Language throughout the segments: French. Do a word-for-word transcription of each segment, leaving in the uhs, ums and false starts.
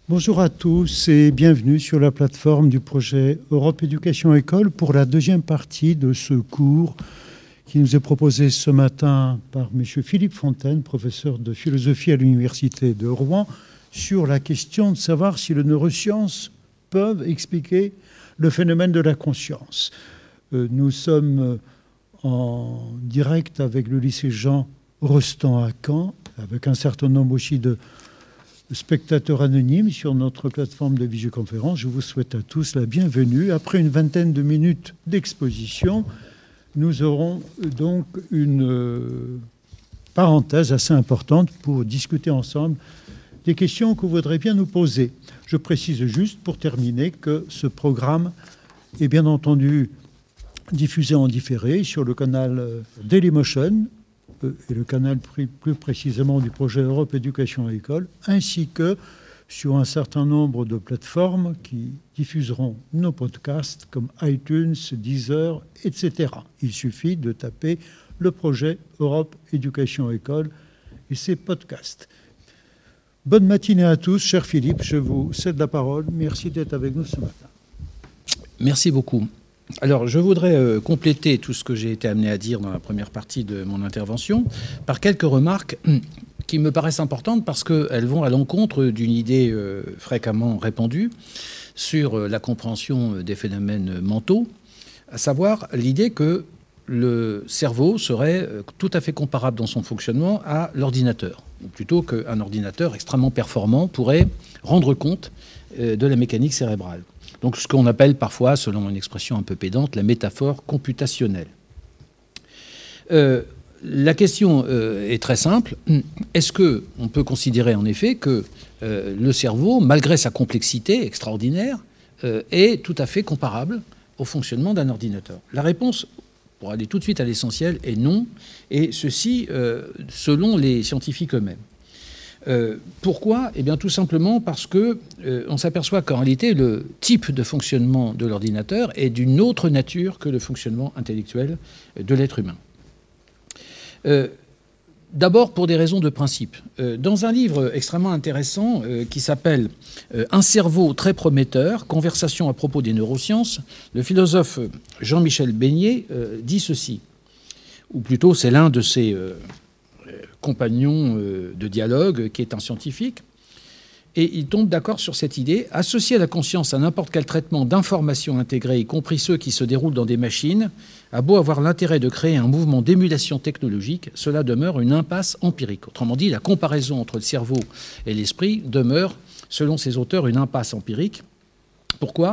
Bonjour à tous et bienvenue sur la plateforme du projet Europe Éducation École pour la deuxième partie de ce cours qui nous est proposé ce matin par M. Philippe Fontaine, professeur de philosophie à l'Université de Rouen, sur la question de savoir si les neurosciences peuvent expliquer le phénomène de la conscience. Nous sommes en direct avec le lycée Jean Rostand à Caen, avec un certain nombre aussi de spectateurs anonymes sur notre plateforme de visioconférence. Je vous souhaite à tous la bienvenue. Après une vingtaine de minutes d'exposition, nous aurons donc une parenthèse assez importante pour discuter ensemble des questions que vous voudrez bien nous poser. Je précise juste, pour terminer, que ce programme est bien entendu diffusé en différé sur le canal Dailymotion et le canal plus précisément du projet Europe Éducation École, ainsi que sur un certain nombre de plateformes qui diffuseront nos podcasts comme iTunes, Deezer, et cetera. Il suffit de taper le projet Europe Éducation École et ses podcasts. Bonne matinée à tous. Cher Philippe, je vous cède la parole. Merci d'être avec nous ce matin. Merci beaucoup. Alors, je voudrais euh, compléter tout ce que j'ai été amené à dire dans la première partie de mon intervention par quelques remarques qui me paraissent importantes parce qu'elles vont à l'encontre d'une idée euh, fréquemment répandue sur euh, la compréhension des phénomènes mentaux, à savoir l'idée que le cerveau serait euh, tout à fait comparable dans son fonctionnement à l'ordinateur, ou plutôt qu'un ordinateur extrêmement performant pourrait rendre compte euh, de la mécanique cérébrale. Donc ce qu'on appelle parfois, selon une expression un peu pédante, la métaphore computationnelle. Euh, la question euh, est très simple. Est-ce qu'on peut considérer en effet que euh, le cerveau, malgré sa complexité extraordinaire, euh, est tout à fait comparable au fonctionnement d'un ordinateur? La réponse, pour aller tout de suite à l'essentiel, est non, et ceci euh, selon les scientifiques eux-mêmes. Euh, pourquoi ? Eh bien, tout simplement parce que euh, on s'aperçoit qu'en réalité, le type de fonctionnement de l'ordinateur est d'une autre nature que le fonctionnement intellectuel de l'être humain. Euh, D'abord, pour des raisons de principe. Euh, dans un livre extrêmement intéressant euh, qui s'appelle euh, « Un cerveau très prometteur, conversation à propos des neurosciences », le philosophe Jean-Michel Beignet euh, dit ceci, ou plutôt c'est l'un de ses euh, compagnon de dialogue, qui est un scientifique, et il tombe d'accord sur cette idée. Associer la conscience à n'importe quel traitement d'informations intégrées, y compris ceux qui se déroulent dans des machines, a beau avoir l'intérêt de créer un mouvement d'émulation technologique, cela demeure une impasse empirique. Autrement dit, la comparaison entre le cerveau et l'esprit demeure, selon ces auteurs, une impasse empirique. Pourquoi ?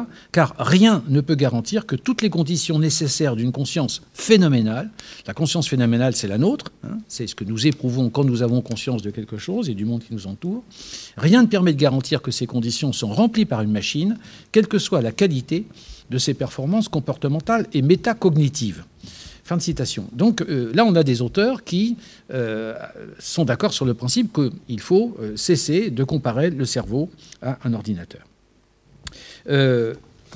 Car rien ne peut garantir que toutes les conditions nécessaires d'une conscience phénoménale, la conscience phénoménale c'est la nôtre, hein, c'est ce que nous éprouvons quand nous avons conscience de quelque chose et du monde qui nous entoure, rien ne permet de garantir que ces conditions sont remplies par une machine, quelle que soit la qualité de ses performances comportementales et métacognitives. Fin de citation. Donc euh, là, on a des auteurs qui euh, sont d'accord sur le principe qu'il faut euh, cesser de comparer le cerveau à un ordinateur. Euh,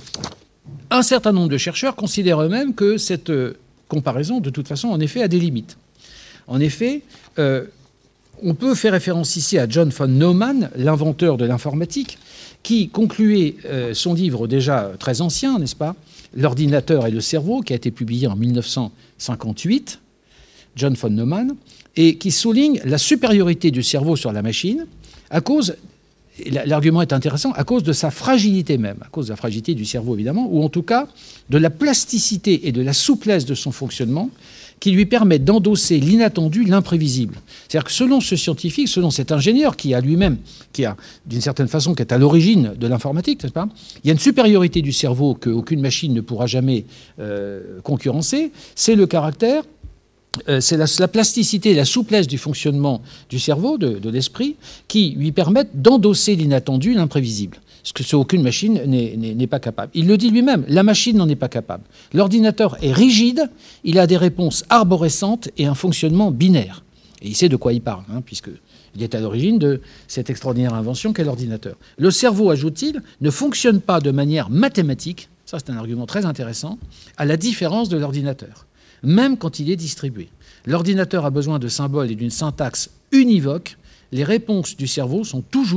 un certain nombre de chercheurs considèrent eux-mêmes que cette euh, comparaison, de toute façon, en effet, a des limites. En effet, euh, on peut faire référence ici à John von Neumann, l'inventeur de l'informatique, qui concluait euh, son livre déjà très ancien, n'est-ce pas, « L'ordinateur et le cerveau », qui a été publié en mille neuf cent cinquante-huit, John von Neumann, et qui souligne la supériorité du cerveau sur la machine à cause... L'argument est intéressant à cause de sa fragilité même, à cause de la fragilité du cerveau évidemment, ou en tout cas de la plasticité et de la souplesse de son fonctionnement qui lui permettent d'endosser l'inattendu, l'imprévisible. C'est-à-dire que selon ce scientifique, selon cet ingénieur qui a lui-même, qui a d'une certaine façon, qui est à l'origine de l'informatique, n'est-ce pas ? Il y a une supériorité du cerveau qu'aucune machine ne pourra jamais euh, concurrencer, c'est le caractère... Euh, c'est la, la plasticité et la souplesse du fonctionnement du cerveau, de, de l'esprit, qui lui permettent d'endosser l'inattendu, l'imprévisible. Ce que ce, aucune machine n'est, n'est, n'est pas capable. Il le dit lui-même, la machine n'en est pas capable. L'ordinateur est rigide, il a des réponses arborescentes et un fonctionnement binaire. Et il sait de quoi il parle, hein, puisqu'il est à l'origine de cette extraordinaire invention qu'est l'ordinateur. Le cerveau, ajoute-t-il, ne fonctionne pas de manière mathématique, ça c'est un argument très intéressant, à la différence de l'ordinateur. Même quand il est distribué. L'ordinateur a besoin de symboles et d'une syntaxe univoque. Les réponses du cerveau sont toujours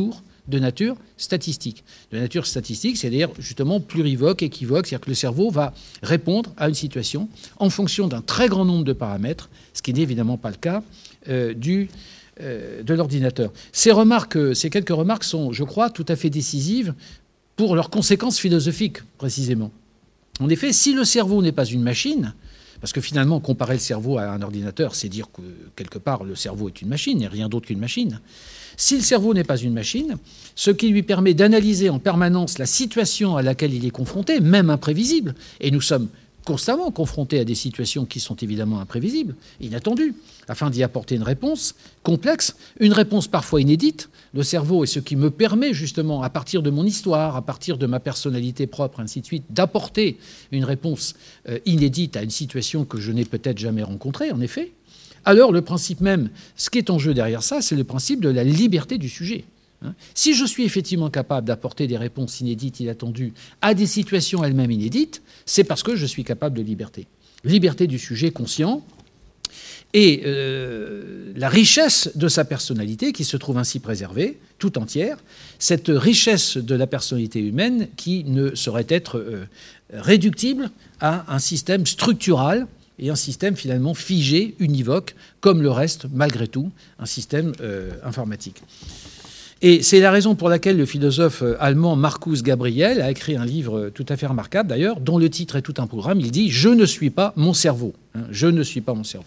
de nature statistique. De nature statistique, c'est-à-dire justement plurivoque, équivoque, c'est-à-dire que le cerveau va répondre à une situation en fonction d'un très grand nombre de paramètres, ce qui n'est évidemment pas le cas euh, du, euh, de l'ordinateur. Ces remarques, ces quelques remarques sont, je crois, tout à fait décisives pour leurs conséquences philosophiques, précisément. En effet, si le cerveau n'est pas une machine, parce que finalement, comparer le cerveau à un ordinateur, c'est dire que, quelque part, le cerveau est une machine et rien d'autre qu'une machine. Si le cerveau n'est pas une machine, ce qui lui permet d'analyser en permanence la situation à laquelle il est confronté, même imprévisible, et nous sommes constamment confrontés à des situations qui sont évidemment imprévisibles, inattendues, afin d'y apporter une réponse complexe, une réponse parfois inédite. Le cerveau est ce qui me permet justement, à partir de mon histoire, à partir de ma personnalité propre, ainsi de suite, d'apporter une réponse euh, inédite à une situation que je n'ai peut-être jamais rencontrée, en effet. Alors le principe même, ce qui est en jeu derrière ça, c'est le principe de la liberté du sujet. Si je suis effectivement capable d'apporter des réponses inédites, inattendues, à des situations elles-mêmes inédites, c'est parce que je suis capable de liberté. Liberté du sujet conscient et euh, la richesse de sa personnalité qui se trouve ainsi préservée, tout entière, cette richesse de la personnalité humaine qui ne saurait être euh, réductible à un système structural et un système finalement figé, univoque, comme le reste, malgré tout, un système euh, informatique. Et c'est la raison pour laquelle le philosophe allemand Marcus Gabriel a écrit un livre tout à fait remarquable, d'ailleurs, dont le titre est tout un programme. Il dit « Je ne suis pas mon cerveau hein, ». Je ne suis pas mon cerveau.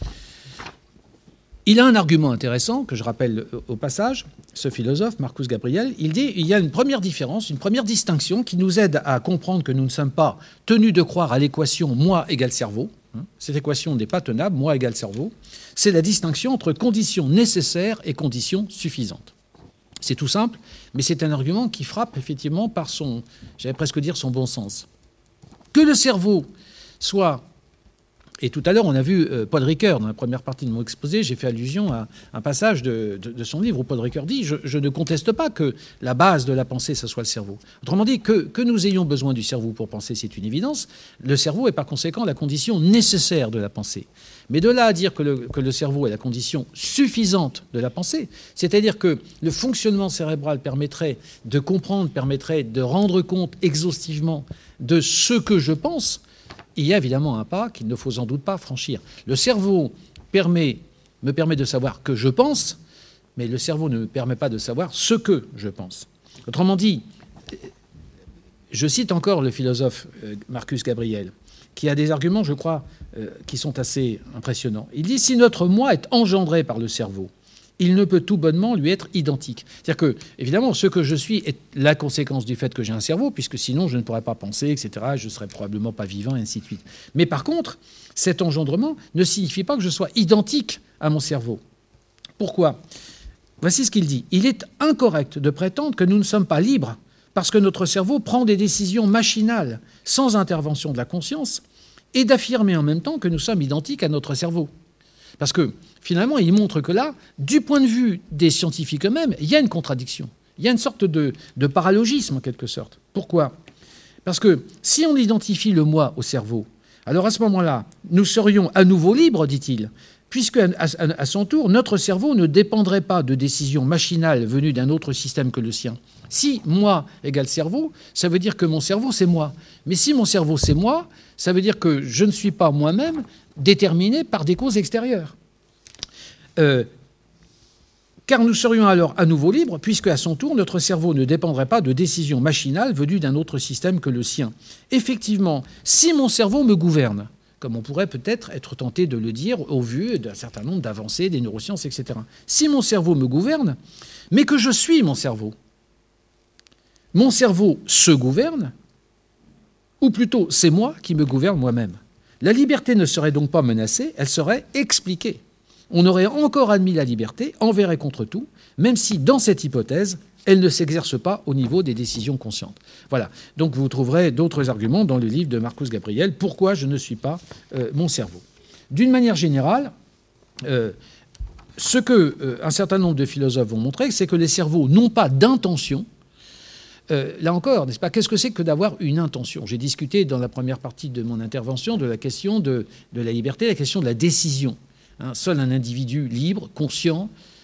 Il a un argument intéressant, que je rappelle au passage, ce philosophe, Marcus Gabriel. Il dit il y a une première différence, une première distinction qui nous aide à comprendre que nous ne sommes pas tenus de croire à l'équation « moi égale cerveau ». Cette équation n'est pas tenable, moi égale cerveau. C'est la distinction entre conditions nécessaires et conditions suffisantes. C'est tout simple, mais c'est un argument qui frappe effectivement par son, j'allais presque dire, son bon sens. Que le cerveau soit... Et tout à l'heure, on a vu euh, Paul Ricoeur, dans la première partie de mon exposé, j'ai fait allusion à un passage de, de, de son livre où Paul Ricoeur dit je, « Je ne conteste pas que la base de la pensée, ce soit le cerveau ». Autrement dit, que, que nous ayons besoin du cerveau pour penser, c'est une évidence. Le cerveau est par conséquent la condition nécessaire de la pensée. Mais de là à dire que le, que le cerveau est la condition suffisante de la pensée, c'est-à-dire que le fonctionnement cérébral permettrait de comprendre, permettrait de rendre compte exhaustivement de ce que je pense, il y a évidemment un pas qu'il ne faut sans doute pas franchir. Le cerveau permet, me permet de savoir que je pense, mais le cerveau ne me permet pas de savoir ce que je pense. Autrement dit, je cite encore le philosophe Marcus Gabriel, qui a des arguments, je crois, euh, qui sont assez impressionnants. Il dit « Si notre moi est engendré par le cerveau, il ne peut tout bonnement lui être identique. » C'est-à-dire que, évidemment, ce que je suis est la conséquence du fait que j'ai un cerveau, puisque sinon je ne pourrais pas penser, et cetera. Je ne serais probablement pas vivant, et ainsi de suite. Mais par contre, cet engendrement ne signifie pas que je sois identique à mon cerveau. Pourquoi ? Voici ce qu'il dit. « Il est incorrect de prétendre que nous ne sommes pas libres parce que notre cerveau prend des décisions machinales sans intervention de la conscience et d'affirmer en même temps que nous sommes identiques à notre cerveau. » Parce que, finalement, il montre que là, du point de vue des scientifiques eux-mêmes, il y a une contradiction. Il y a une sorte de, de paralogisme, en quelque sorte. Pourquoi ? Parce que si on identifie le moi au cerveau, alors à ce moment-là, nous serions à nouveau libres, dit-il, puisque à, à, à son tour, notre cerveau ne dépendrait pas de décisions machinales venues d'un autre système que le sien. Si moi égale cerveau, ça veut dire que mon cerveau, c'est moi. Mais si mon cerveau, c'est moi, ça veut dire que je ne suis pas moi-même déterminé par des causes extérieures. Euh, car nous serions alors à nouveau libres, puisque à son tour, notre cerveau ne dépendrait pas de décisions machinales venues d'un autre système que le sien. Effectivement, si mon cerveau me gouverne, comme on pourrait peut-être être tenté de le dire au vu d'un certain nombre d'avancées des neurosciences, et cetera. Si mon cerveau me gouverne, mais que je suis mon cerveau, mon cerveau se gouverne, ou plutôt c'est moi qui me gouverne moi-même. La liberté ne serait donc pas menacée, elle serait expliquée. On aurait encore admis la liberté envers et contre tout, même si, dans cette hypothèse, elle ne s'exerce pas au niveau des décisions conscientes. Voilà. Donc vous trouverez d'autres arguments dans le livre de Marcus Gabriel, « Pourquoi je ne suis pas euh, mon cerveau ?» D'une manière générale, euh, ce que euh, un certain nombre de philosophes vont montrer, c'est que les cerveaux n'ont pas d'intention. Euh, là encore, n'est-ce pas, qu'est-ce que c'est que d'avoir une intention ? J'ai discuté dans la première partie de mon intervention de la question de, de la liberté, la question de la décision. Hein, seul un individu libre, conscient,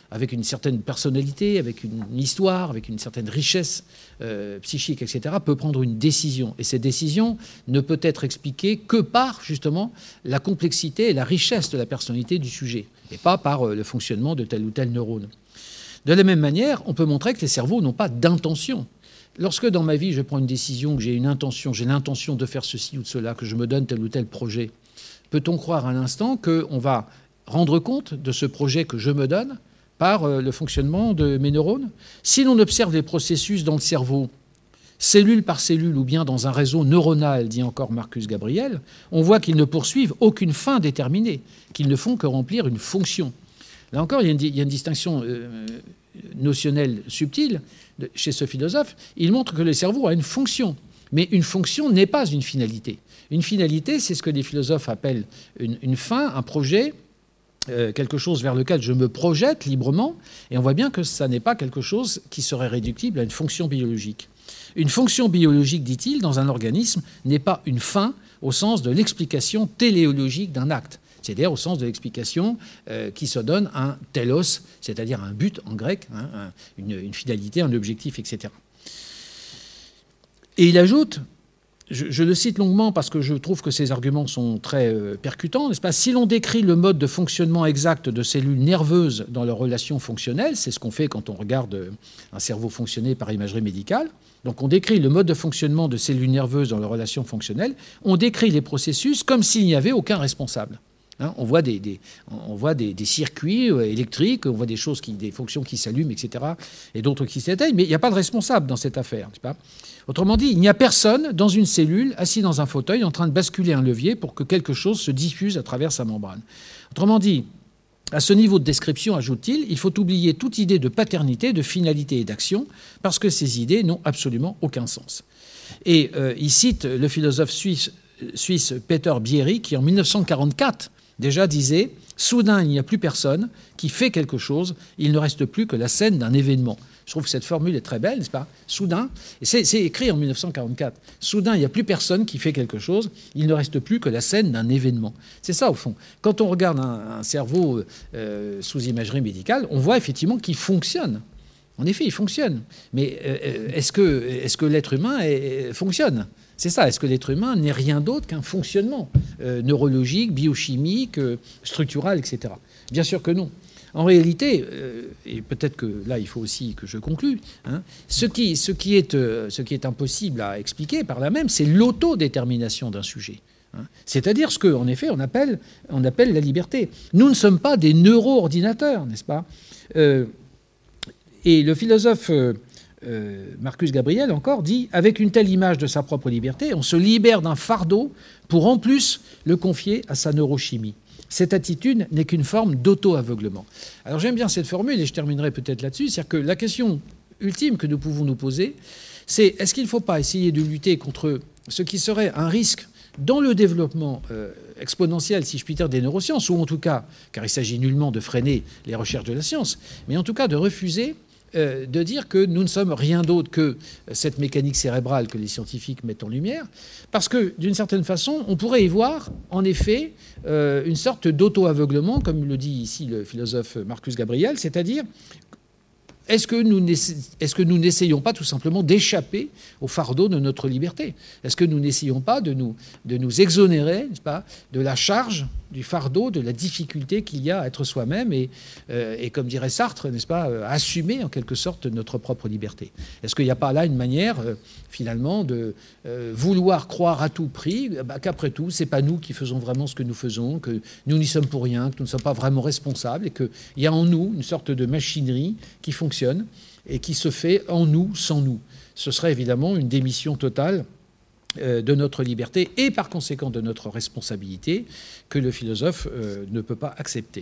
avec une certaine personnalité, avec une histoire, avec une certaine richesse euh, psychique, et cetera, peut prendre une décision. Et cette décision ne peut être expliquée que par, justement, la complexité et la richesse de la personnalité du sujet, et pas par euh, le fonctionnement de tel ou tel neurone. De la même manière, on peut montrer que les cerveaux n'ont pas d'intention. Lorsque dans ma vie, je prends une décision, que j'ai une intention, j'ai l'intention de faire ceci ou de cela, que je me donne tel ou tel projet, peut-on croire à l'instant qu'on va rendre compte de ce projet que je me donne par le fonctionnement de mes neurones? Si l'on observe les processus dans le cerveau, cellule par cellule ou bien dans un réseau neuronal, dit encore Marcus Gabriel, on voit qu'ils ne poursuivent aucune fin déterminée, qu'ils ne font que remplir une fonction. Là encore, il y a une, il y a une distinction euh, notionnelle subtile de, chez ce philosophe. Il montre que le cerveau a une fonction, mais une fonction n'est pas une finalité. Une finalité, c'est ce que les philosophes appellent une, une fin, un projet, euh, quelque chose vers lequel je me projette librement, et on voit bien que ça n'est pas quelque chose qui serait réductible à une fonction biologique. Une fonction biologique, dit-il, dans un organisme, n'est pas une fin au sens de l'explication téléologique d'un acte, c'est-à-dire au sens de l'explication euh, qui se donne un telos, c'est-à-dire un but en grec, hein, un, une, une finalité, un objectif, et cetera. Et il ajoute, je, je le cite longuement parce que je trouve que ces arguments sont très euh, percutants, n'est-ce pas? Si l'on décrit le mode de fonctionnement exact de cellules nerveuses dans leurs relations fonctionnelles, c'est ce qu'on fait quand on regarde un cerveau fonctionner par imagerie médicale, donc on décrit le mode de fonctionnement de cellules nerveuses dans leurs relations fonctionnelles, on décrit les processus comme s'il n'y avait aucun responsable. Hein, on voit, des, des, on voit des, des circuits électriques, on voit des choses, qui, des fonctions qui s'allument, et cetera, et d'autres qui s'éteignent, mais il n'y a pas de responsable dans cette affaire, n'est-ce pas? Autrement dit, il n'y a personne dans une cellule, assis dans un fauteuil, en train de basculer un levier pour que quelque chose se diffuse à travers sa membrane. Autrement dit, à ce niveau de description, ajoute-t-il, il faut oublier toute idée de paternité, de finalité et d'action, parce que ces idées n'ont absolument aucun sens. Et euh, il cite le philosophe suisse, suisse Peter Bierry, qui en mille neuf cent quarante-quatre déjà disait « Soudain, il n'y a plus personne qui fait quelque chose, il ne reste plus que la scène d'un événement ». Je trouve que cette formule est très belle, n'est-ce pas? Soudain, et c'est, c'est écrit en mille neuf cent quarante-quatre, soudain, il n'y a plus personne qui fait quelque chose, il ne reste plus que la scène d'un événement. C'est ça, au fond. Quand on regarde un, un cerveau euh, sous imagerie médicale, on voit effectivement qu'il fonctionne. En effet, il fonctionne. Mais euh, est-ce que, est-ce que l'être humain est, fonctionne? C'est ça, est-ce que l'être humain n'est rien d'autre qu'un fonctionnement euh, neurologique, biochimique, euh, structural, et cetera. Bien sûr que non. En réalité, euh, et peut-être que là, il faut aussi que je conclue, hein, ce, qui, ce, qui est, euh, ce qui est impossible à expliquer par là même, c'est l'autodétermination d'un sujet. Hein, c'est-à-dire ce qu'en effet, on appelle, on appelle la liberté. Nous ne sommes pas des neuro-ordinateurs, n'est-ce pas? euh, Et le philosophe euh, euh, Marcus Gabriel, encore, dit « Avec une telle image de sa propre liberté, on se libère d'un fardeau pour en plus le confier à sa neurochimie. » Cette attitude n'est qu'une forme d'auto-aveuglement. Alors j'aime bien cette formule, et je terminerai peut-être là-dessus, c'est-à-dire que la question ultime que nous pouvons nous poser, c'est est-ce qu'il ne faut pas essayer de lutter contre ce qui serait un risque dans le développement euh, exponentiel, si je puis dire, des neurosciences, ou en tout cas, car il s'agit nullement de freiner les recherches de la science, mais en tout cas de refuser euh, de dire que nous ne sommes rien d'autre que cette mécanique cérébrale que les scientifiques mettent en lumière, parce que, d'une certaine façon, on pourrait y voir, en effet, euh, une sorte d'auto-aveuglement, comme le dit ici le philosophe Marcus Gabriel, c'est-à-dire est-ce que nous est-ce que nous n'essayons pas tout simplement d'échapper au fardeau de notre liberté? Est-ce que nous n'essayons pas de nous, de nous exonérer, n'est-ce pas, de la charge, du fardeau, de la difficulté qu'il y a à être soi-même et, euh, et comme dirait Sartre, n'est-ce pas, à assumer en quelque sorte notre propre liberté? Est-ce qu'il n'y a pas là une manière, euh, finalement, de euh, vouloir croire à tout prix bah, qu'après tout, c'est pas nous qui faisons vraiment ce que nous faisons, que nous n'y sommes pour rien, que nous ne sommes pas vraiment responsables et qu'il y a en nous une sorte de machinerie qui fonctionne et qui se fait en nous, sans nous. Ce serait évidemment une démission totale euh, de notre liberté et par conséquent de notre responsabilité que le philosophe euh, ne peut pas accepter.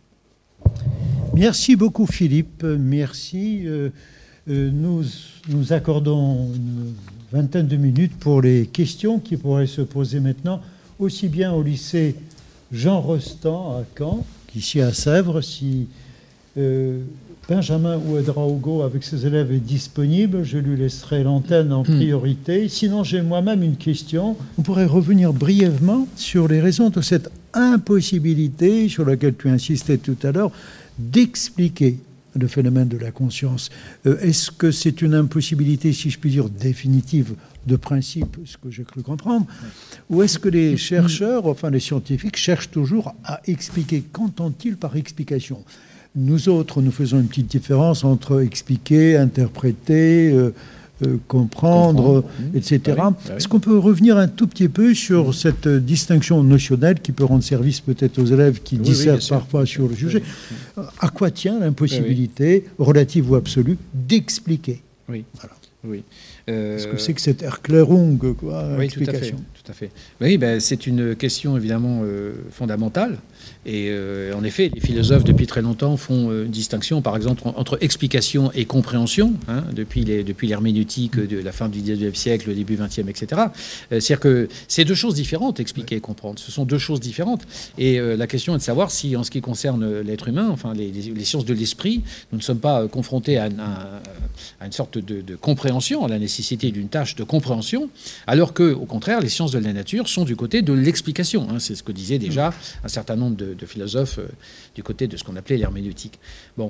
Merci beaucoup Philippe, merci. Euh, euh, nous, nous accordons une vingtaine de minutes pour les questions qui pourraient se poser maintenant, aussi bien au lycée Jean Rostand à Caen qu'ici à Sèvres, si... Euh, Benjamin Ouedraogo, avec ses élèves, est disponible. Je lui laisserai l'antenne en priorité. Sinon, j'ai moi-même une question. On pourrait revenir brièvement sur les raisons de cette impossibilité, sur laquelle tu insistais tout à l'heure, d'expliquer le phénomène de la conscience. Euh, est-ce que c'est une impossibilité, si je puis dire, définitive de principe, ce que j'ai cru comprendre, ou est-ce que les chercheurs, enfin les scientifiques, cherchent toujours à expliquer? Qu'entendent-ils par explication? Nous autres, nous faisons une petite différence entre expliquer, interpréter, euh, euh, comprendre, comprendre, et cetera. Oui, oui. Est-ce qu'on peut revenir un tout petit peu sur cette distinction notionnelle qui peut rendre service peut-être aux élèves qui oui, dissertent oui, parfois sur le sujet? Oui. À quoi tient l'impossibilité, oui, oui. relative ou absolue, d'expliquer? Oui. Voilà. Oui. Euh... Qu'est-ce que c'est que cette Erklärung, quoi, oui, explication? Tout à fait. Tout à fait. Oui, ben, c'est une question évidemment euh, fondamentale. Et euh, en effet, les philosophes, depuis très longtemps, font euh, une distinction, par exemple, entre explication et compréhension, hein, depuis, les, depuis l'herméneutique de la fin du dix-neuvième siècle, le début du vingtième, et cetera. Euh, c'est-à-dire que c'est deux choses différentes, expliquer et comprendre. Ce sont deux choses différentes. Et euh, la question est de savoir si, en ce qui concerne l'être humain, enfin les, les, les sciences de l'esprit, nous ne sommes pas confrontés à, à, à une sorte de, de compréhension, à la nécessité d'une tâche de compréhension, alors que, au contraire, les sciences de la nature sont du côté de l'explication. Hein. C'est ce que disait déjà un certain nombre de, de philosophes euh, du côté de ce qu'on appelait l'herméneutique. Bon,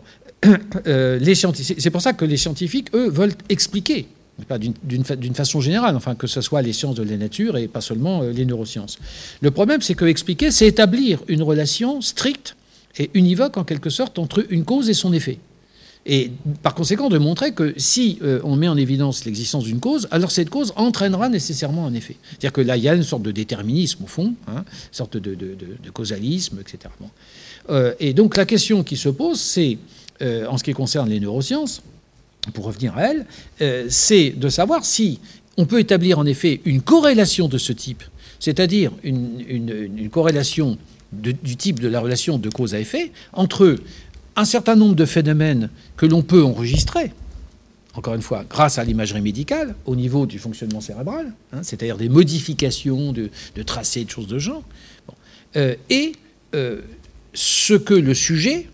euh, les scientifiques, c'est pour ça que les scientifiques, eux, veulent expliquer, pas d'une, d'une, d'une façon générale, enfin que ce soit les sciences de la nature et pas seulement euh, les neurosciences. Le problème, c'est que expliquer, c'est établir une relation stricte et univoque en quelque sorte entre une cause et son effet. Et par conséquent, de montrer que si euh, on met en évidence l'existence d'une cause, alors cette cause entraînera nécessairement un effet. C'est-à-dire que là, il y a une sorte de déterminisme, au fond, hein, une sorte de, de, de, de causalisme, et cetera. Bon. Euh, et donc la question qui se pose, c'est, euh, en ce qui concerne les neurosciences, pour revenir à elles, euh, c'est de savoir si on peut établir en effet une corrélation de ce type, c'est-à-dire une, une, une corrélation de, du type de la relation de cause à effet entre un certain nombre de phénomènes que l'on peut enregistrer, encore une fois, grâce à l'imagerie médicale, au niveau du fonctionnement cérébral, hein, c'est-à-dire des modifications de, de tracés, de choses de genre, bon, euh, et euh, ce que le sujet,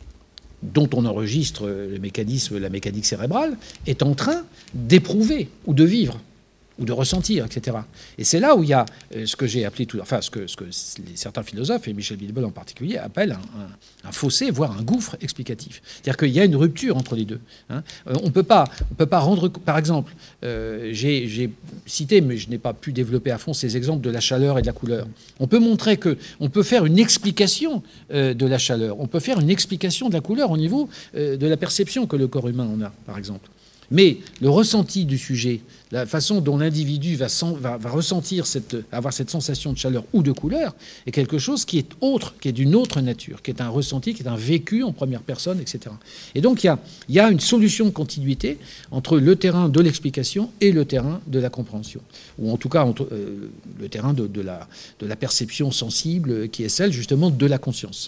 dont on enregistre le mécanisme, la mécanique cérébrale, est en train d'éprouver ou de vivre, ou de ressentir, et cetera. Et c'est là où il y a euh, ce que j'ai appelé, tout, enfin ce que, ce que les, certains philosophes, et Michel Bilbol en particulier, appellent un, un, un fossé, voire un gouffre explicatif. C'est-à-dire qu'il y a une rupture entre les deux. Hein. Euh, on ne peut pas rendre... Par exemple, euh, j'ai, j'ai cité, mais je n'ai pas pu développer à fond, ces exemples de la chaleur et de la couleur. On peut montrer qu'on peut faire une explication euh, de la chaleur. On peut faire une explication de la couleur au niveau euh, de la perception que le corps humain en a, par exemple. Mais le ressenti du sujet, la façon dont l'individu va, va, va ressentir, cette, avoir cette sensation de chaleur ou de couleur, est quelque chose qui est autre, qui est d'une autre nature, qui est un ressenti, qui est un vécu en première personne, et cetera. Et donc il y a, il y a une solution de continuité entre le terrain de l'explication et le terrain de la compréhension, ou en tout cas entre, euh, le terrain de, de, la, de la perception sensible, qui est celle justement de la conscience.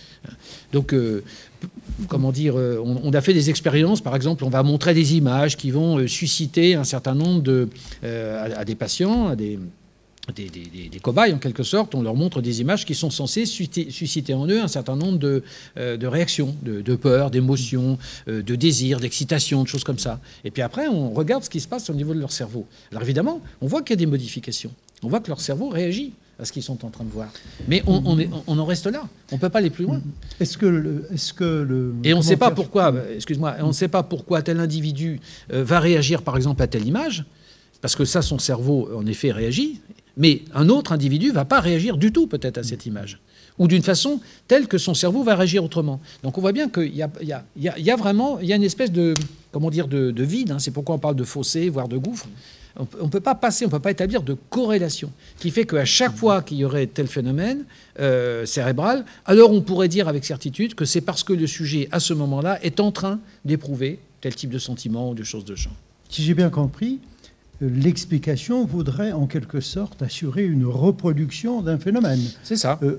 Donc, euh, comment dire, on, on a fait des expériences, par exemple, on va montrer des images qui vont euh, susciter un certain nombre de... Euh, à, à des patients, à des... Des, des, des cobayes, en quelque sorte, on leur montre des images qui sont censées susciter, susciter en eux un certain nombre de, euh, de réactions, de, de peur, d'émotions, euh, de désir, d'excitation, de choses comme ça. Et puis après, on regarde ce qui se passe au niveau de leur cerveau. Alors évidemment, on voit qu'il y a des modifications. On voit que leur cerveau réagit à ce qu'ils sont en train de voir. Mais on, on, est, on en reste là. On ne peut pas aller plus loin. Est-ce que le... Est-ce que le et on ne sait pas pourquoi, excuse-moi, on ne sait pas pourquoi tel individu euh, va réagir, par exemple, à telle image, parce que ça, son cerveau, en effet, réagit. Mais un autre individu ne va pas réagir du tout, peut-être, à cette image. Ou d'une façon telle que son cerveau va réagir autrement. Donc on voit bien qu'il y a, il y a, il y a, il y a vraiment il y a une espèce de, comment dire, de, de vide. Hein. C'est pourquoi on parle de fossé, voire de gouffre. On ne peut pas passer, on ne peut pas établir de corrélation qui fait qu'à chaque fois qu'il y aurait tel phénomène euh, cérébral, alors on pourrait dire avec certitude que c'est parce que le sujet, à ce moment-là, est en train d'éprouver tel type de sentiment ou de choses de genre. Si j'ai bien compris, l'explication voudrait en quelque sorte assurer une reproduction d'un phénomène. C'est ça. Euh,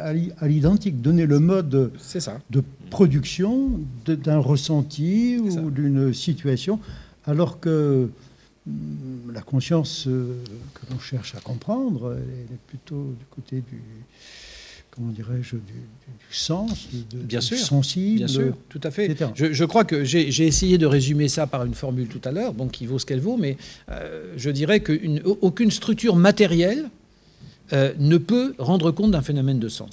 à l'identique, donner le mode c'est ça. de production de, d'un ressenti c'est ou ça. D'une situation, alors que la conscience euh, que l'on cherche à comprendre, elle est plutôt du côté du, comment dirais-je, du, du, du sens, de, bien du sûr, sensible. Bien sûr, tout à fait. Je, je crois que j'ai, j'ai essayé de résumer ça par une formule tout à l'heure, bon, qui vaut ce qu'elle vaut, mais euh, je dirais qu'aucune structure matérielle euh, ne peut rendre compte d'un phénomène de sens.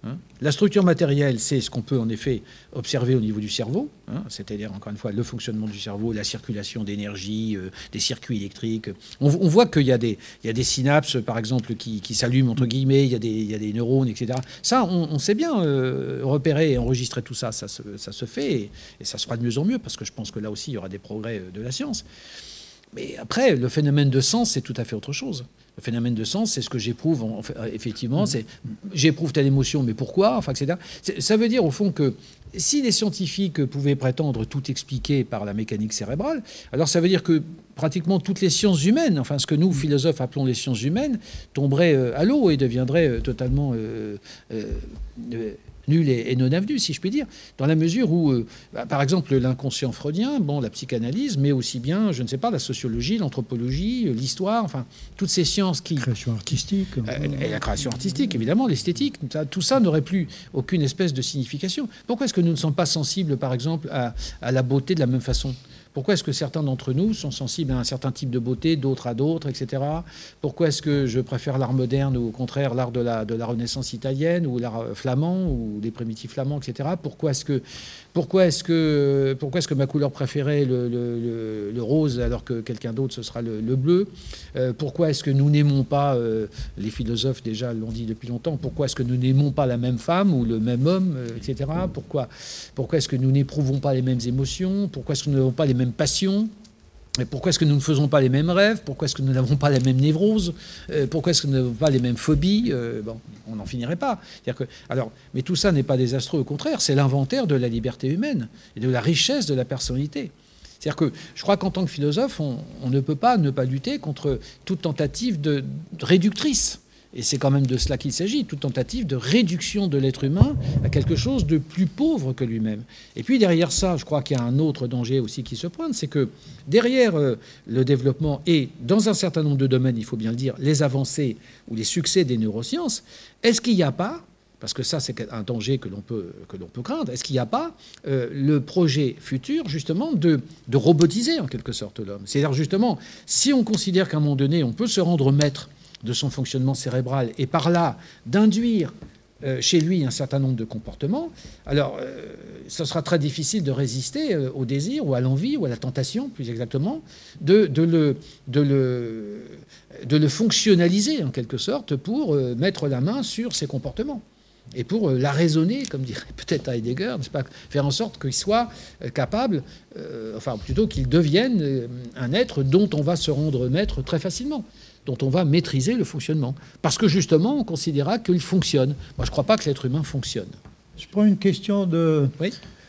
Hein. La structure matérielle, c'est ce qu'on peut en effet observer au niveau du cerveau, hein, c'est-à-dire encore une fois le fonctionnement du cerveau, la circulation d'énergie, euh, des circuits électriques. On, on voit qu'il y a des, il y a des synapses, par exemple, qui, qui s'allument entre guillemets, il y a des, il y a des neurones, et cetera. Ça, on, on sait bien euh, repérer et enregistrer tout ça, ça se, ça se fait et, et ça se fera de mieux en mieux parce que je pense que là aussi il y aura des progrès de la science. Mais après, le phénomène de sens, c'est tout à fait autre chose. Le phénomène de sens, c'est ce que j'éprouve, en, effectivement. C'est, j'éprouve telle émotion, mais pourquoi, enfin, et cetera. C'est, ça veut dire, au fond, que si les scientifiques pouvaient prétendre tout expliquer par la mécanique cérébrale, alors ça veut dire que pratiquement toutes les sciences humaines, enfin, ce que nous, philosophes, appelons les sciences humaines, tomberaient à l'eau et deviendraient totalement... Euh, euh, euh, nul et, et non avenu, si je puis dire, dans la mesure où, euh, bah, par exemple, l'inconscient freudien, bon, la psychanalyse, mais aussi bien, je ne sais pas, la sociologie, l'anthropologie, l'histoire, enfin, toutes ces sciences qui... La création artistique. Euh, et la création artistique, évidemment, l'esthétique, ça, tout ça n'aurait plus aucune espèce de signification. Pourquoi est-ce que nous ne sommes pas sensibles, par exemple, à, à la beauté de la même façon ? Pourquoi est-ce que certains d'entre nous sont sensibles à un certain type de beauté, d'autres à d'autres, et cetera. Pourquoi est-ce que je préfère l'art moderne ou au contraire l'art de la, de la Renaissance italienne ou l'art flamand ou les primitifs flamands, et cetera. Pourquoi est-ce que, pourquoi est-ce que, pourquoi est-ce que ma couleur préférée est le, le, le, le rose alors que quelqu'un d'autre ce sera le, le bleu ? euh, Pourquoi est-ce que nous n'aimons pas, euh, les philosophes déjà l'ont dit depuis longtemps, pourquoi est-ce que nous n'aimons pas la même femme ou le même homme, euh, et cetera. Pourquoi, pourquoi est-ce que nous n'éprouvons pas les mêmes émotions ? Pourquoi est-ce que nous n'avons pas les mêmes passions ? Mais pourquoi est-ce que nous ne faisons pas les mêmes rêves ? Pourquoi est-ce que nous n'avons pas la même névrose ? euh, Pourquoi est-ce que nous n'avons pas les mêmes phobies ? euh, Bon, on n'en finirait pas. C'est-à-dire que, alors, mais tout ça n'est pas désastreux, au contraire, c'est l'inventaire de la liberté humaine et de la richesse de la personnalité. C'est-à-dire que je crois qu'en tant que philosophe, on, on ne peut pas ne pas lutter contre toute tentative de, de réductrice. Et c'est quand même de cela qu'il s'agit, toute tentative de réduction de l'être humain à quelque chose de plus pauvre que lui-même. Et puis derrière ça, je crois qu'il y a un autre danger aussi qui se pointe, c'est que derrière euh, le développement et dans un certain nombre de domaines, il faut bien le dire, les avancées ou les succès des neurosciences, est-ce qu'il n'y a pas, parce que ça c'est un danger que l'on peut, que l'on peut craindre, est-ce qu'il n'y a pas euh, le projet futur justement de, de robotiser en quelque sorte l'homme ? C'est-à-dire justement, si on considère qu'à un moment donné, on peut se rendre maître de son fonctionnement cérébral et par là d'induire euh, chez lui un certain nombre de comportements, alors euh, ce sera très difficile de résister euh, au désir ou à l'envie ou à la tentation, plus exactement, de, de, le, de, le, de le fonctionnaliser en quelque sorte pour euh, mettre la main sur ses comportements. Et pour euh, la raisonner, comme dirait peut-être Heidegger, n'est-ce pas, faire en sorte qu'il soit euh, capable, euh, enfin plutôt qu'il devienne euh, un être dont on va se rendre maître très facilement, dont on va maîtriser le fonctionnement. Parce que justement, on considérera qu'il fonctionne. Moi, je ne crois pas que l'être humain fonctionne. Je prends une question de oui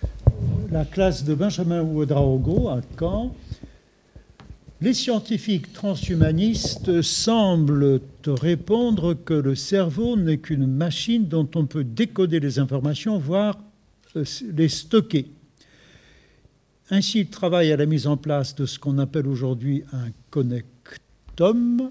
la classe de Benjamin Ouedraogo à Caen. Les scientifiques transhumanistes semblent te répondre que le cerveau n'est qu'une machine dont on peut décoder les informations, voire les stocker. Ainsi, ils travaillent à la mise en place de ce qu'on appelle aujourd'hui un connectome.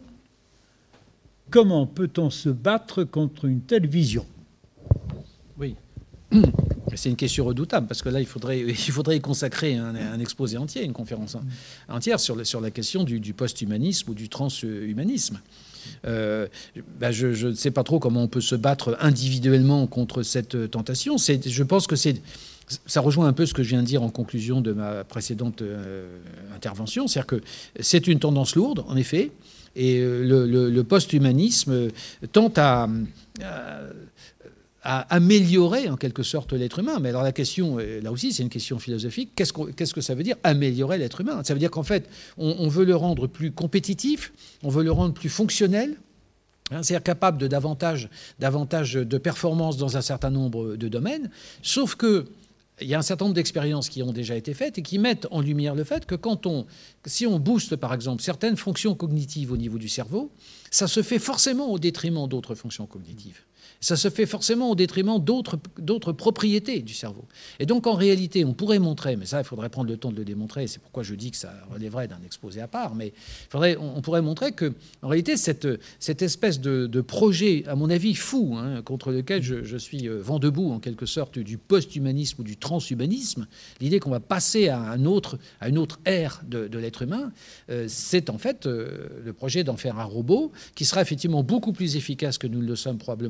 Comment peut-on se battre contre une telle vision ? Oui. C'est une question redoutable, parce que là, il faudrait, il faudrait y consacrer un, un exposé entier, une conférence entière sur, le, sur la question du, du post-humanisme ou du transhumanisme. Euh, ben je, je ne sais pas trop comment on peut se battre individuellement contre cette tentation. C'est, je pense que c'est... Ça rejoint un peu ce que je viens de dire en conclusion de ma précédente euh, intervention. C'est-à-dire que c'est une tendance lourde, en effet, et le, le, le post-humanisme tente à... à à améliorer en quelque sorte l'être humain. Mais alors la question, là aussi, c'est une question philosophique. Qu'est-ce, qu'on, qu'est-ce que ça veut dire améliorer l'être humain ? Ça veut dire qu'en fait, on, on veut le rendre plus compétitif, on veut le rendre plus fonctionnel, hein, c'est-à-dire capable de davantage, davantage de performance dans un certain nombre de domaines, sauf que il y a un certain nombre d'expériences qui ont déjà été faites et qui mettent en lumière le fait que quand on, si on booste par exemple certaines fonctions cognitives au niveau du cerveau, ça se fait forcément au détriment d'autres fonctions cognitives. Ça se fait forcément au détriment d'autres, d'autres propriétés du cerveau. Et donc, en réalité, on pourrait montrer, mais ça, il faudrait prendre le temps de le démontrer, c'est pourquoi je dis que ça relèverait d'un exposé à part, mais il faudrait, on, on pourrait montrer que, en réalité, cette, cette espèce de, de projet, à mon avis, fou, hein, contre lequel je, je suis vent debout, en quelque sorte, du post-humanisme ou du transhumanisme, l'idée qu'on va passer à, un autre, à une autre ère de, de l'être humain, euh, c'est en fait euh, le projet d'en faire un robot qui sera effectivement beaucoup plus efficace que nous le sommes probablement individuellement,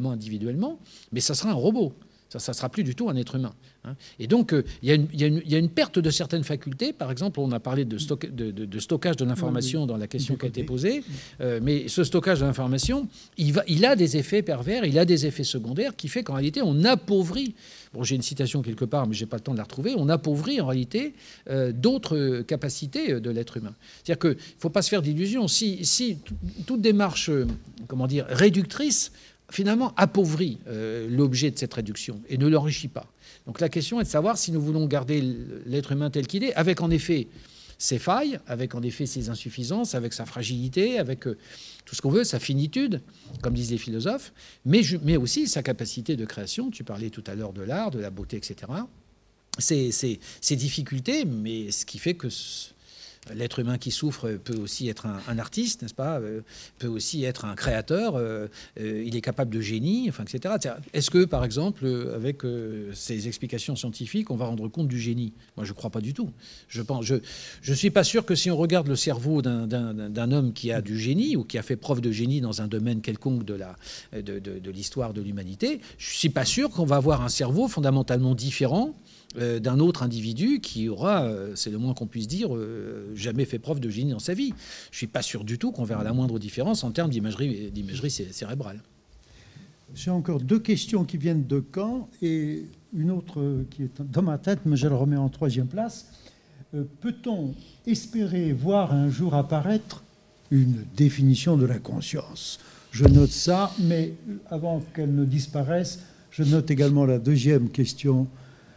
individuellement, mais ça sera un robot. Ça ne sera plus du tout un être humain. Hein. Et donc, il euh, y, y, y a une perte de certaines facultés. Par exemple, on a parlé de, stock, de, de, de stockage de l'information oui, oui. dans la question qui a été posée. Euh, mais ce stockage de l'information, il, va, il a des effets pervers, il a des effets secondaires qui fait qu'en réalité, on appauvrit. Bon, j'ai une citation quelque part, mais je n'ai pas le temps de la retrouver. On appauvrit en réalité euh, d'autres capacités de l'être humain. C'est-à-dire qu'il ne faut pas se faire d'illusions. Si, si toute démarche, comment dire, réductrice, finalement appauvrit euh, l'objet de cette réduction et ne l'enrichit pas. Donc la question est de savoir si nous voulons garder l'être humain tel qu'il est, avec en effet ses failles, avec en effet ses insuffisances, avec sa fragilité, avec euh, tout ce qu'on veut, sa finitude, comme disent les philosophes, mais, mais aussi sa capacité de création. Tu parlais tout à l'heure de l'art, de la beauté, et cetera. Ces, ces, ces difficultés, mais ce qui fait que... L'être humain qui souffre peut aussi être un, un artiste, n'est-ce pas, euh, peut aussi être un créateur, euh, euh, il est capable de génie, enfin, et cetera. Est-ce que, par exemple, avec euh, ces explications scientifiques, on va rendre compte du génie? Moi, je ne crois pas du tout. Je pense, je, je suis pas sûr que si on regarde le cerveau d'un, d'un, d'un homme qui a du génie ou qui a fait preuve de génie dans un domaine quelconque de, la, de, de, de l'histoire de l'humanité, je ne suis pas sûr qu'on va avoir un cerveau fondamentalement différent Euh, d'un autre individu qui aura, euh, c'est le moins qu'on puisse dire, euh, jamais fait preuve de génie dans sa vie. Je ne suis pas sûr du tout qu'on verra la moindre différence en termes d'imagerie, d'imagerie cérébrale. J'ai encore deux questions qui viennent de Caen et une autre qui est dans ma tête, mais je la remets en troisième place. Euh, peut-on espérer voir un jour apparaître une définition de la conscience? Je note ça, mais avant qu'elle ne disparaisse, je note également la deuxième question.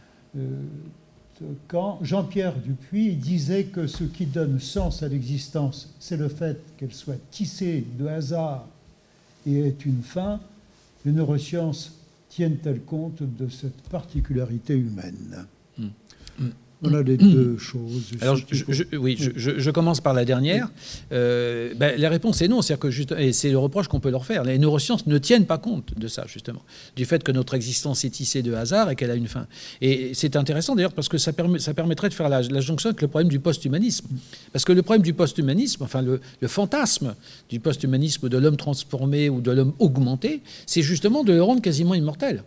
Quand Jean-Pierre Dupuis disait que ce qui donne sens à l'existence, c'est le fait qu'elle soit tissée de hasard et ait une fin, les neurosciences tiennent-elles compte de cette particularité humaine? mmh. Mmh. Voilà les deux choses. Alors, je, je, oui, je, je, je commence par la dernière. Euh, ben, la réponse est non. C'est-à-dire que juste, et c'est le reproche qu'on peut leur faire. Les neurosciences ne tiennent pas compte de ça, justement, du fait que notre existence est tissée de hasard et qu'elle a une fin. Et c'est intéressant, d'ailleurs, parce que ça, permet, ça permettrait de faire la, la jonction avec le problème du post-humanisme. Parce que le problème du post-humanisme, enfin, le, le fantasme du post-humanisme de l'homme transformé ou de l'homme augmenté, c'est justement de le rendre quasiment immortel.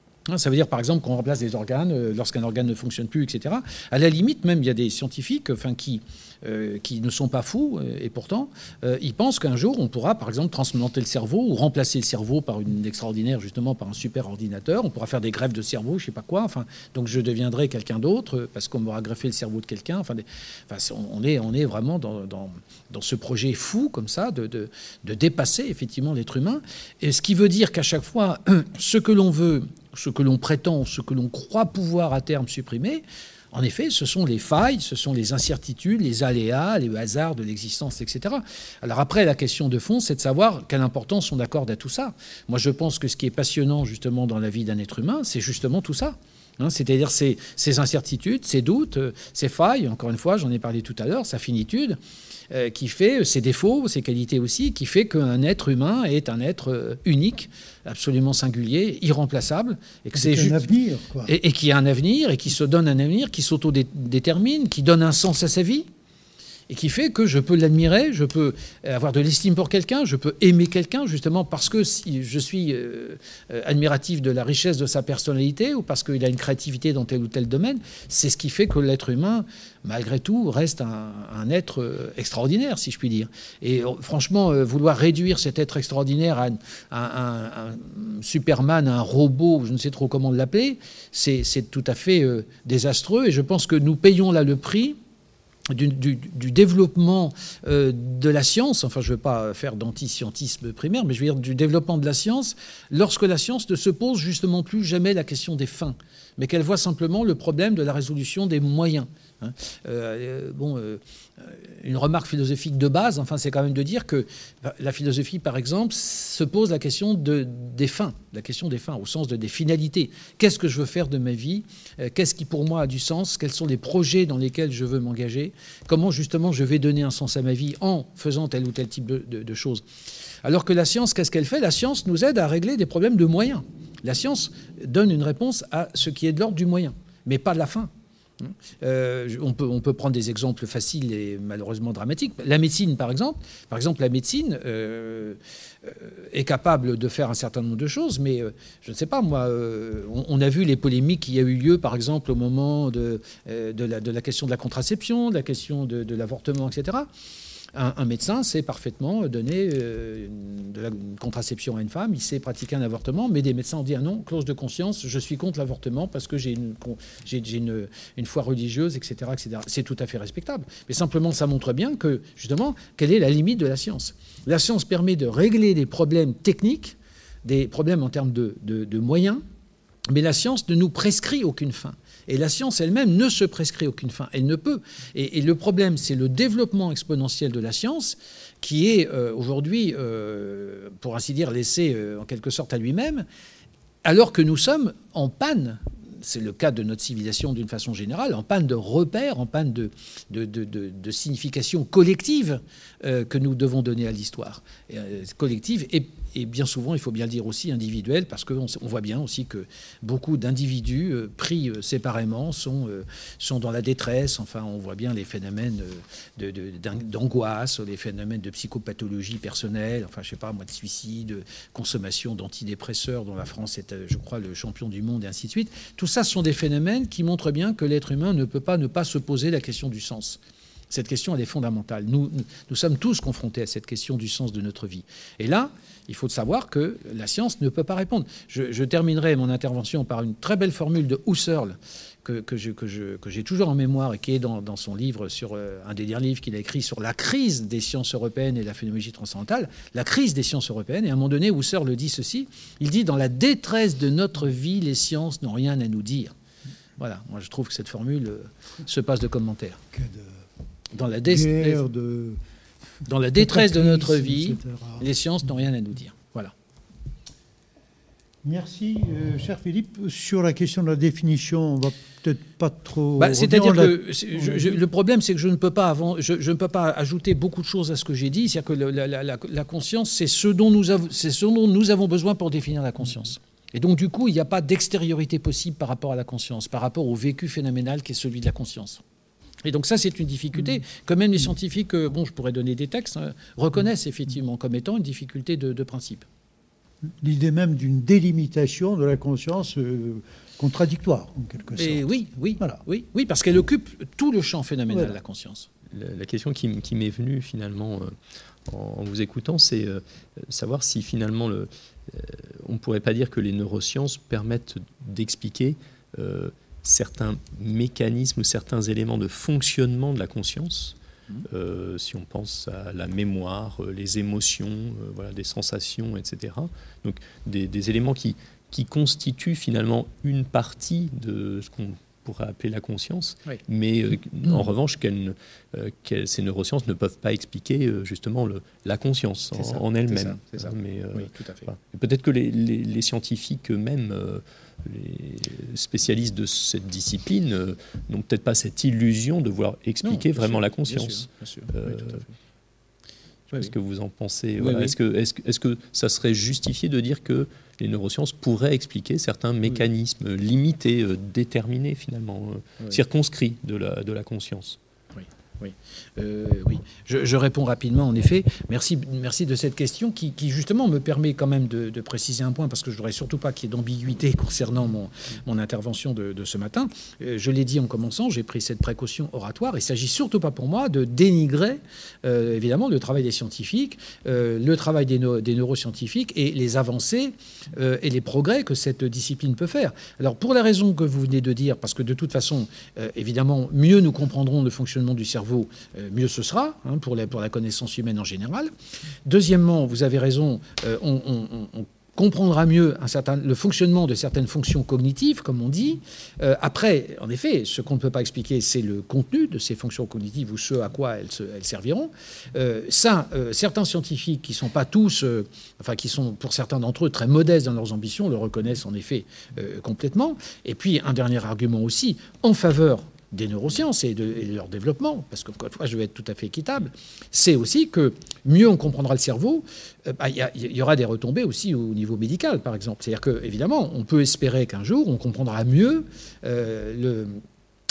Ça veut dire, par exemple, qu'on remplace des organes lorsqu'un organe ne fonctionne plus, et cetera. À la limite, même, il y a des scientifiques enfin, qui, euh, qui ne sont pas fous, et pourtant, euh, ils pensent qu'un jour, on pourra, par exemple, transplanter le cerveau ou remplacer le cerveau par une extraordinaire, justement, par un super ordinateur. On pourra faire des greffes de cerveau, je ne sais pas quoi. Enfin, donc, je deviendrai quelqu'un d'autre parce qu'on m'aura greffé le cerveau de quelqu'un. Enfin, des, enfin on, est, on est vraiment dans, dans, dans ce projet fou, comme ça, de, de, de dépasser, effectivement, l'être humain. Et ce qui veut dire qu'à chaque fois, ce que l'on veut... ce que l'on prétend, ce que l'on croit pouvoir à terme supprimer, en effet, ce sont les failles, ce sont les incertitudes, les aléas, les hasards de l'existence, et cetera. Alors après, la question de fond, c'est de savoir quelle importance on accorde à tout ça. Moi, je pense que ce qui est passionnant, justement, dans la vie d'un être humain, c'est justement tout ça. Hein, c'est-à-dire ces, ces incertitudes, ces doutes, ces failles, encore une fois, j'en ai parlé tout à l'heure, sa finitude, euh, qui fait ses défauts, ses qualités aussi, qui fait qu'un être humain est un être euh, unique, absolument singulier, irremplaçable, et que c'est juste, un avenir, quoi. Et, et qui a un avenir, et qui se donne un avenir, qui s'auto-détermine, qui donne un sens à sa vie, et qui fait que je peux l'admirer, je peux avoir de l'estime pour quelqu'un, je peux aimer quelqu'un, justement parce que si je suis euh, admiratif de la richesse de sa personnalité ou parce qu'il a une créativité dans tel ou tel domaine. C'est ce qui fait que l'être humain, malgré tout, reste un, un être extraordinaire, si je puis dire. Et franchement, euh, vouloir réduire cet être extraordinaire à un, un, un, un Superman, un robot, je ne sais trop comment l'appeler, c'est, c'est tout à fait euh, désastreux. Et je pense que nous payons là le prix Du, du, du développement euh, de la science, enfin je ne veux pas faire d'anti-scientisme primaire, mais je veux dire du développement de la science, lorsque la science ne se pose justement plus jamais la question des fins, mais qu'elle voit simplement le problème de la résolution des moyens. Hein. Euh, bon, euh, une remarque philosophique de base, enfin, c'est quand même de dire que la philosophie, par exemple, se pose la question de, des fins, la question des fins, au sens de des finalités. Qu'est-ce que je veux faire de ma vie? Qu'est-ce qui, pour moi, a du sens? Quels sont les projets dans lesquels je veux m'engager? Comment, justement, je vais donner un sens à ma vie en faisant tel ou tel type de, de, de choses? Alors que la science, qu'est-ce qu'elle fait? La science nous aide à régler des problèmes de moyens. La science donne une réponse à ce qui est de l'ordre du moyen, mais pas de la fin. Euh, on, peut, on peut prendre des exemples faciles et malheureusement dramatiques. La médecine, par exemple. Par exemple, la médecine euh, euh, est capable de faire un certain nombre de choses, mais euh, je ne sais pas, moi, euh, on, on a vu les polémiques qui a eu lieu, par exemple, au moment de, euh, de, la, de la question de la contraception, de la question de, de l'avortement, et cetera. Un, un médecin sait parfaitement donner euh, de la une contraception à une femme, il sait pratiquer un avortement, mais des médecins ont dit ah non, clause de conscience, je suis contre l'avortement parce que j'ai une, j'ai, j'ai une, une foi religieuse, et cetera, et cetera. C'est tout à fait respectable. Mais simplement, ça montre bien que, justement, quelle est la limite de la science. La science permet de régler des problèmes techniques, des problèmes en termes de, de, de moyens, mais la science ne nous prescrit aucune fin. Et la science elle-même ne se prescrit aucune fin. Elle ne peut. Et, et le problème, c'est le développement exponentiel de la science qui est euh, aujourd'hui, euh, pour ainsi dire, laissé euh, en quelque sorte à lui-même, alors que nous sommes en panne. C'est le cas de notre civilisation d'une façon générale, en panne de repères, en panne de, de, de, de, de signification collective euh, que nous devons donner à l'histoire. Et, euh, collective et, et bien souvent, il faut bien le dire aussi, individuelle, parce qu'on on voit bien aussi que beaucoup d'individus euh, pris euh, séparément sont, euh, sont dans la détresse. Enfin, on voit bien les phénomènes de, de, d'angoisse, les phénomènes de psychopathologie personnelle, enfin, je sais pas, moi, de suicide, de consommation d'antidépresseurs, dont la France est, je crois, le champion du monde, et ainsi de suite. Tout ça, ce sont des phénomènes qui montrent bien que l'être humain ne peut pas ne pas se poser la question du sens. Cette question, elle est fondamentale. Nous, nous sommes tous confrontés à cette question du sens de notre vie. Et là, il faut savoir que la science ne peut pas répondre. Je, je terminerai mon intervention par une très belle formule de Husserl que, que, je, que, je, que j'ai toujours en mémoire et qui est dans, dans son livre, sur euh, un des derniers livres qu'il a écrit sur la crise des sciences européennes et la phénoménologie transcendantale, la crise des sciences européennes. Et à un moment donné, Husserl dit ceci, il dit « Dans la détresse de notre vie, les sciences n'ont rien à nous dire ». Voilà, moi je trouve que cette formule euh, se passe de commentaires. Que de... Dans la, dé... de... Dans la détresse de notre vie, et cetera, les sciences n'ont rien à nous dire. Voilà. Merci, euh, cher Philippe. Sur la question de la définition, on va peut-être pas trop... Bah, c'est-à-dire la... que je, je, le problème, c'est que je ne peux pas avant, je, je ne peux pas ajouter beaucoup de choses à ce que j'ai dit. C'est-à-dire que la, la, la, la conscience, c'est ce dont nous avons, c'est ce dont nous avons besoin pour définir la conscience. Et donc, du coup, il n'y a pas d'extériorité possible par rapport à la conscience, par rapport au vécu phénoménal qui est celui de la conscience. Et donc ça, c'est une difficulté que même les scientifiques, bon, je pourrais donner des textes, hein, reconnaissent effectivement comme étant une difficulté de, de principe. L'idée même d'une délimitation de la conscience euh, contradictoire, en quelque sorte. Et oui, oui, voilà. oui, oui, parce qu'elle occupe tout le champ phénoménal voilà. de la conscience. La, la question qui, qui m'est venue finalement euh, en, en vous écoutant, c'est euh, savoir si finalement le, euh, on ne pourrait pas dire que les neurosciences permettent d'expliquer euh, certains mécanismes ou certains éléments de fonctionnement de la conscience, mmh. euh, si on pense à la mémoire, les émotions, euh, voilà, des sensations, et cetera. Donc des, des éléments qui, qui constituent finalement une partie de ce qu'on pourrait appeler la conscience, oui. mais euh, mmh. en revanche, qu'elle, euh, qu'elle, ces neurosciences ne peuvent pas expliquer euh, justement le, la conscience en, en elle-même. C'est ça, c'est ça. Mais, euh, oui, tout à fait. Voilà. Peut-être que les, les, les scientifiques eux-mêmes, euh, les spécialistes de cette discipline euh, n'ont peut-être pas cette illusion de vouloir expliquer non, vraiment sûr, la conscience. Bien sûr, bien sûr. Euh, oui, tout à fait. Qu'est-ce oui, que vous en pensez oui, voilà. oui. Est-ce que, est-ce, est-ce que ça serait justifié de dire que les neurosciences pourraient expliquer certains mécanismes oui. limités, euh, déterminés finalement, euh, oui. circonscrits de la, de la conscience ? Oui, oui. Euh, oui. Je, je réponds rapidement, en effet. Merci, merci de cette question qui, qui justement me permet quand même de, de préciser un point, parce que je ne voudrais surtout pas qu'il y ait d'ambiguïté concernant mon, mon intervention de, de ce matin. Euh, je l'ai dit en commençant, j'ai pris cette précaution oratoire. Il ne s'agit surtout pas pour moi de dénigrer, euh, évidemment, le travail des scientifiques, euh, le travail des, no, des neuroscientifiques et les avancées euh, et les progrès que cette discipline peut faire. Alors, pour la raison que vous venez de dire, parce que de toute façon, euh, évidemment, mieux nous comprendrons le fonctionnement du cerveau, euh, mieux ce sera hein, pour, la, pour la connaissance humaine en général. Deuxièmement, vous avez raison, euh, on, on, on comprendra mieux un certain, le fonctionnement de certaines fonctions cognitives, comme on dit. Euh, après, en effet, ce qu'on ne peut pas expliquer, c'est le contenu de ces fonctions cognitives ou ce à quoi elles, se, elles serviront. Euh, ça, euh, certains scientifiques qui ne sont pas tous, euh, enfin qui sont pour certains d'entre eux très modestes dans leurs ambitions, le reconnaissent en effet euh, complètement. Et puis, un dernier argument aussi en faveur des neurosciences et de, et de leur développement, parce que, encore une fois, je vais être tout à fait équitable, c'est aussi que mieux on comprendra le cerveau, il euh, bah, y, y aura des retombées aussi au niveau médical, par exemple. C'est-à-dire qu'évidemment, on peut espérer qu'un jour, on comprendra mieux euh, le...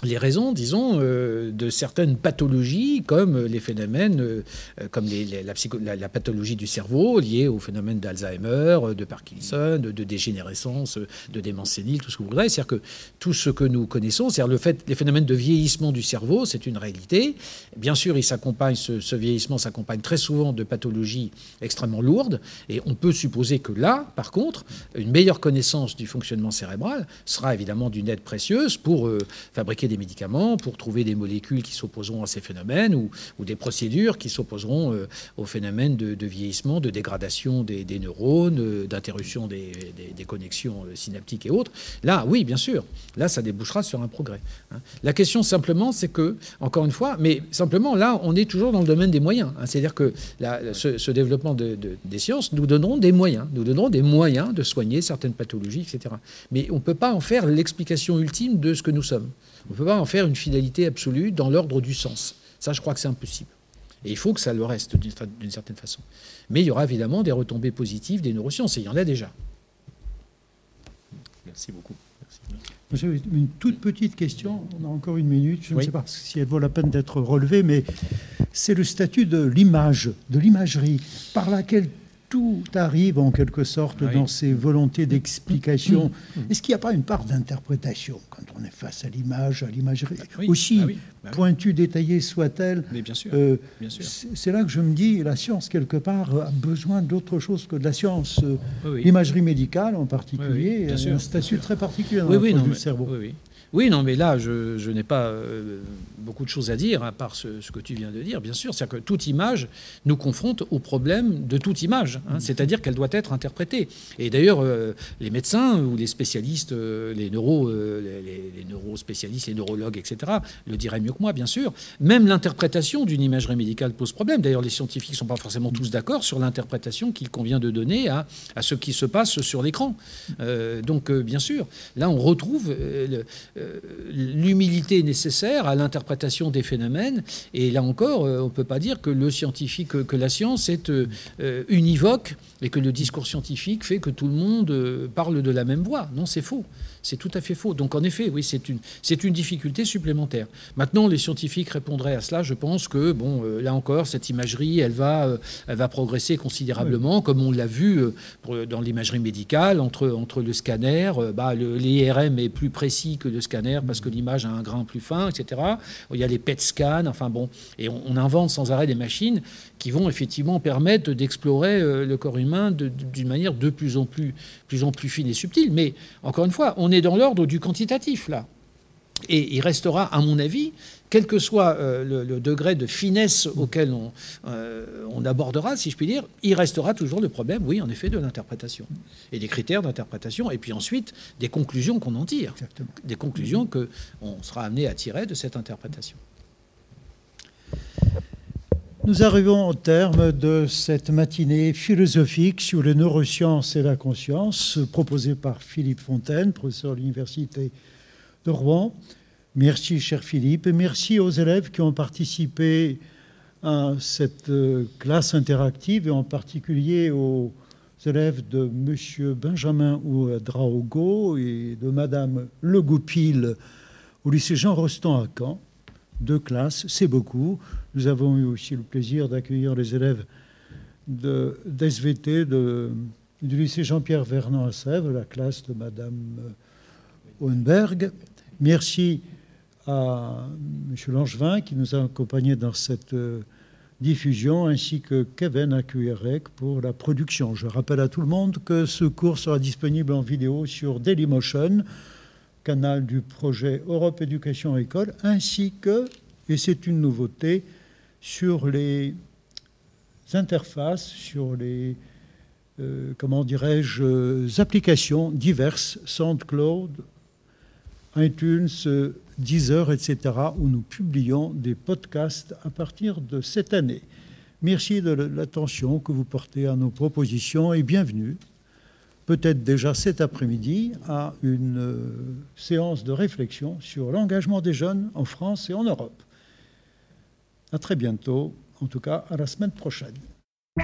les raisons, disons, euh, de certaines pathologies, comme les phénomènes, euh, comme les, les, la, psycho, la, la pathologie du cerveau liée au phénomène d'Alzheimer, de Parkinson, de, de dégénérescence, de démence sénile, tout ce que vous voudrez. C'est-à-dire que tout ce que nous connaissons, c'est-à-dire le fait, les phénomènes de vieillissement du cerveau, c'est une réalité. Bien sûr, il s'accompagne, ce, ce vieillissement s'accompagne très souvent de pathologies extrêmement lourdes, et on peut supposer que là, par contre, une meilleure connaissance du fonctionnement cérébral sera évidemment d'une aide précieuse pour euh, fabriquer des médicaments, pour trouver des molécules qui s'opposeront à ces phénomènes ou, ou des procédures qui s'opposeront euh, aux phénomènes de, de vieillissement, de dégradation des, des neurones, euh, d'interruption des, des, des connexions synaptiques et autres. Là, oui, bien sûr, là, ça débouchera sur un progrès. Hein. La question simplement, c'est que, encore une fois, mais simplement, là, on est toujours dans le domaine des moyens. Hein. C'est-à-dire que la, ce, ce développement de, de, des sciences nous donneront des moyens, nous donneront des moyens de soigner certaines pathologies, et cetera. Mais on ne peut pas en faire l'explication ultime de ce que nous sommes. On ne peut pas en faire une finalité absolue dans l'ordre du sens. Ça, je crois que c'est impossible. Et il faut que ça le reste d'une certaine façon. Mais il y aura évidemment des retombées positives des neurosciences, et il y en a déjà. Merci beaucoup. Merci. J'ai une toute petite question, on a encore une minute, je ne oui. sais pas si elle vaut la peine d'être relevée, mais c'est le statut de l'image, de l'imagerie, par laquelle tout arrive en quelque sorte oui. dans ces volontés d'explication. Mmh. Est-ce qu'il n'y a pas une part d'interprétation quand on est face à l'image, à l'imagerie, oui. aussi bah oui. Bah pointue, oui. détaillée soit-elle? Mais bien sûr. Euh, bien sûr. C'est là que je me dis, la science, quelque part, a besoin d'autre chose que de la science. Oui, oui. L'imagerie médicale, en particulier, oui, oui. a un statut très particulier dans oui, le oui, non, du mais, cerveau. Oui, oui. Oui, non, mais là, je, je n'ai pas euh, beaucoup de choses à dire, à part ce, ce que tu viens de dire, bien sûr. C'est-à-dire que toute image nous confronte au problème de toute image, hein, c'est-à-dire qu'elle doit être interprétée. Et d'ailleurs, euh, les médecins ou les spécialistes, euh, les, neuro, euh, les, les neurospécialistes, les neurologues, et cetera, le diraient mieux que moi, bien sûr. Même l'interprétation d'une imagerie médicale pose problème. D'ailleurs, les scientifiques ne sont pas forcément tous d'accord sur l'interprétation qu'il convient de donner à, à ce qui se passe sur l'écran. Euh, donc, euh, bien sûr, là, on retrouve... Euh, le, l'humilité nécessaire à l'interprétation des phénomènes. Et là encore, on ne peut pas dire que le scientifique, que la science est univoque et que le discours scientifique fait que tout le monde parle de la même voix. Non, c'est faux. C'est tout à fait faux. Donc, en effet, oui, c'est une, c'est une difficulté supplémentaire. Maintenant, les scientifiques répondraient à cela. Je pense que, bon, euh, là encore, cette imagerie, elle va, euh, elle va progresser considérablement, oui. comme on l'a vu euh, pour, dans l'imagerie médicale, entre, entre le scanner, euh, bah, le, l'I R M est plus précis que le scanner parce que l'image a un grain plus fin, et cetera. Il y a les P E T scans, enfin bon, et on, on invente sans arrêt des machines qui vont effectivement permettre d'explorer euh, le corps humain de, de, d'une manière de plus en plus, plus en plus fine et subtile. Mais, encore une fois, on est dans l'ordre du quantitatif, là. Et il restera, à mon avis, quel que soit euh, le, le degré de finesse auquel on, euh, on abordera, si je puis dire, il restera toujours le problème, oui, en effet, de l'interprétation. Et des critères d'interprétation, et puis ensuite, des conclusions qu'on en tire. Exactement. Des conclusions qu'on sera amené à tirer de cette interprétation. Nous arrivons au terme de cette matinée philosophique sur les neurosciences et la conscience, proposée par Philippe Fontaine, professeur de l'Université de Rouen. Merci, cher Philippe, et merci aux élèves qui ont participé à cette classe interactive, et en particulier aux élèves de M. Benjamin Ouedraogo et de Mme Le Goupil au lycée Jean Rostand à Caen. Deux classes, c'est beaucoup. Nous avons eu aussi le plaisir d'accueillir les élèves de, d'S V T de, du lycée Jean-Pierre Vernant à Sèvres, la classe de Madame Hohenberg. Merci à M. Langevin qui nous a accompagnés dans cette diffusion, ainsi que Kevin Akuerek pour la production. Je rappelle à tout le monde que ce cours sera disponible en vidéo sur Dailymotion, canal du projet Europe Éducation École, ainsi que, et c'est une nouveauté, sur les interfaces, sur les, euh, comment dirais-je, applications diverses, SoundCloud, iTunes, Deezer, et cetera, où nous publions des podcasts à partir de cette année. Merci de l'attention que vous portez à nos propositions et bienvenue, peut-être déjà cet après-midi, à une euh, séance de réflexion sur l'engagement des jeunes en France et en Europe. À très bientôt, en tout cas à la semaine prochaine.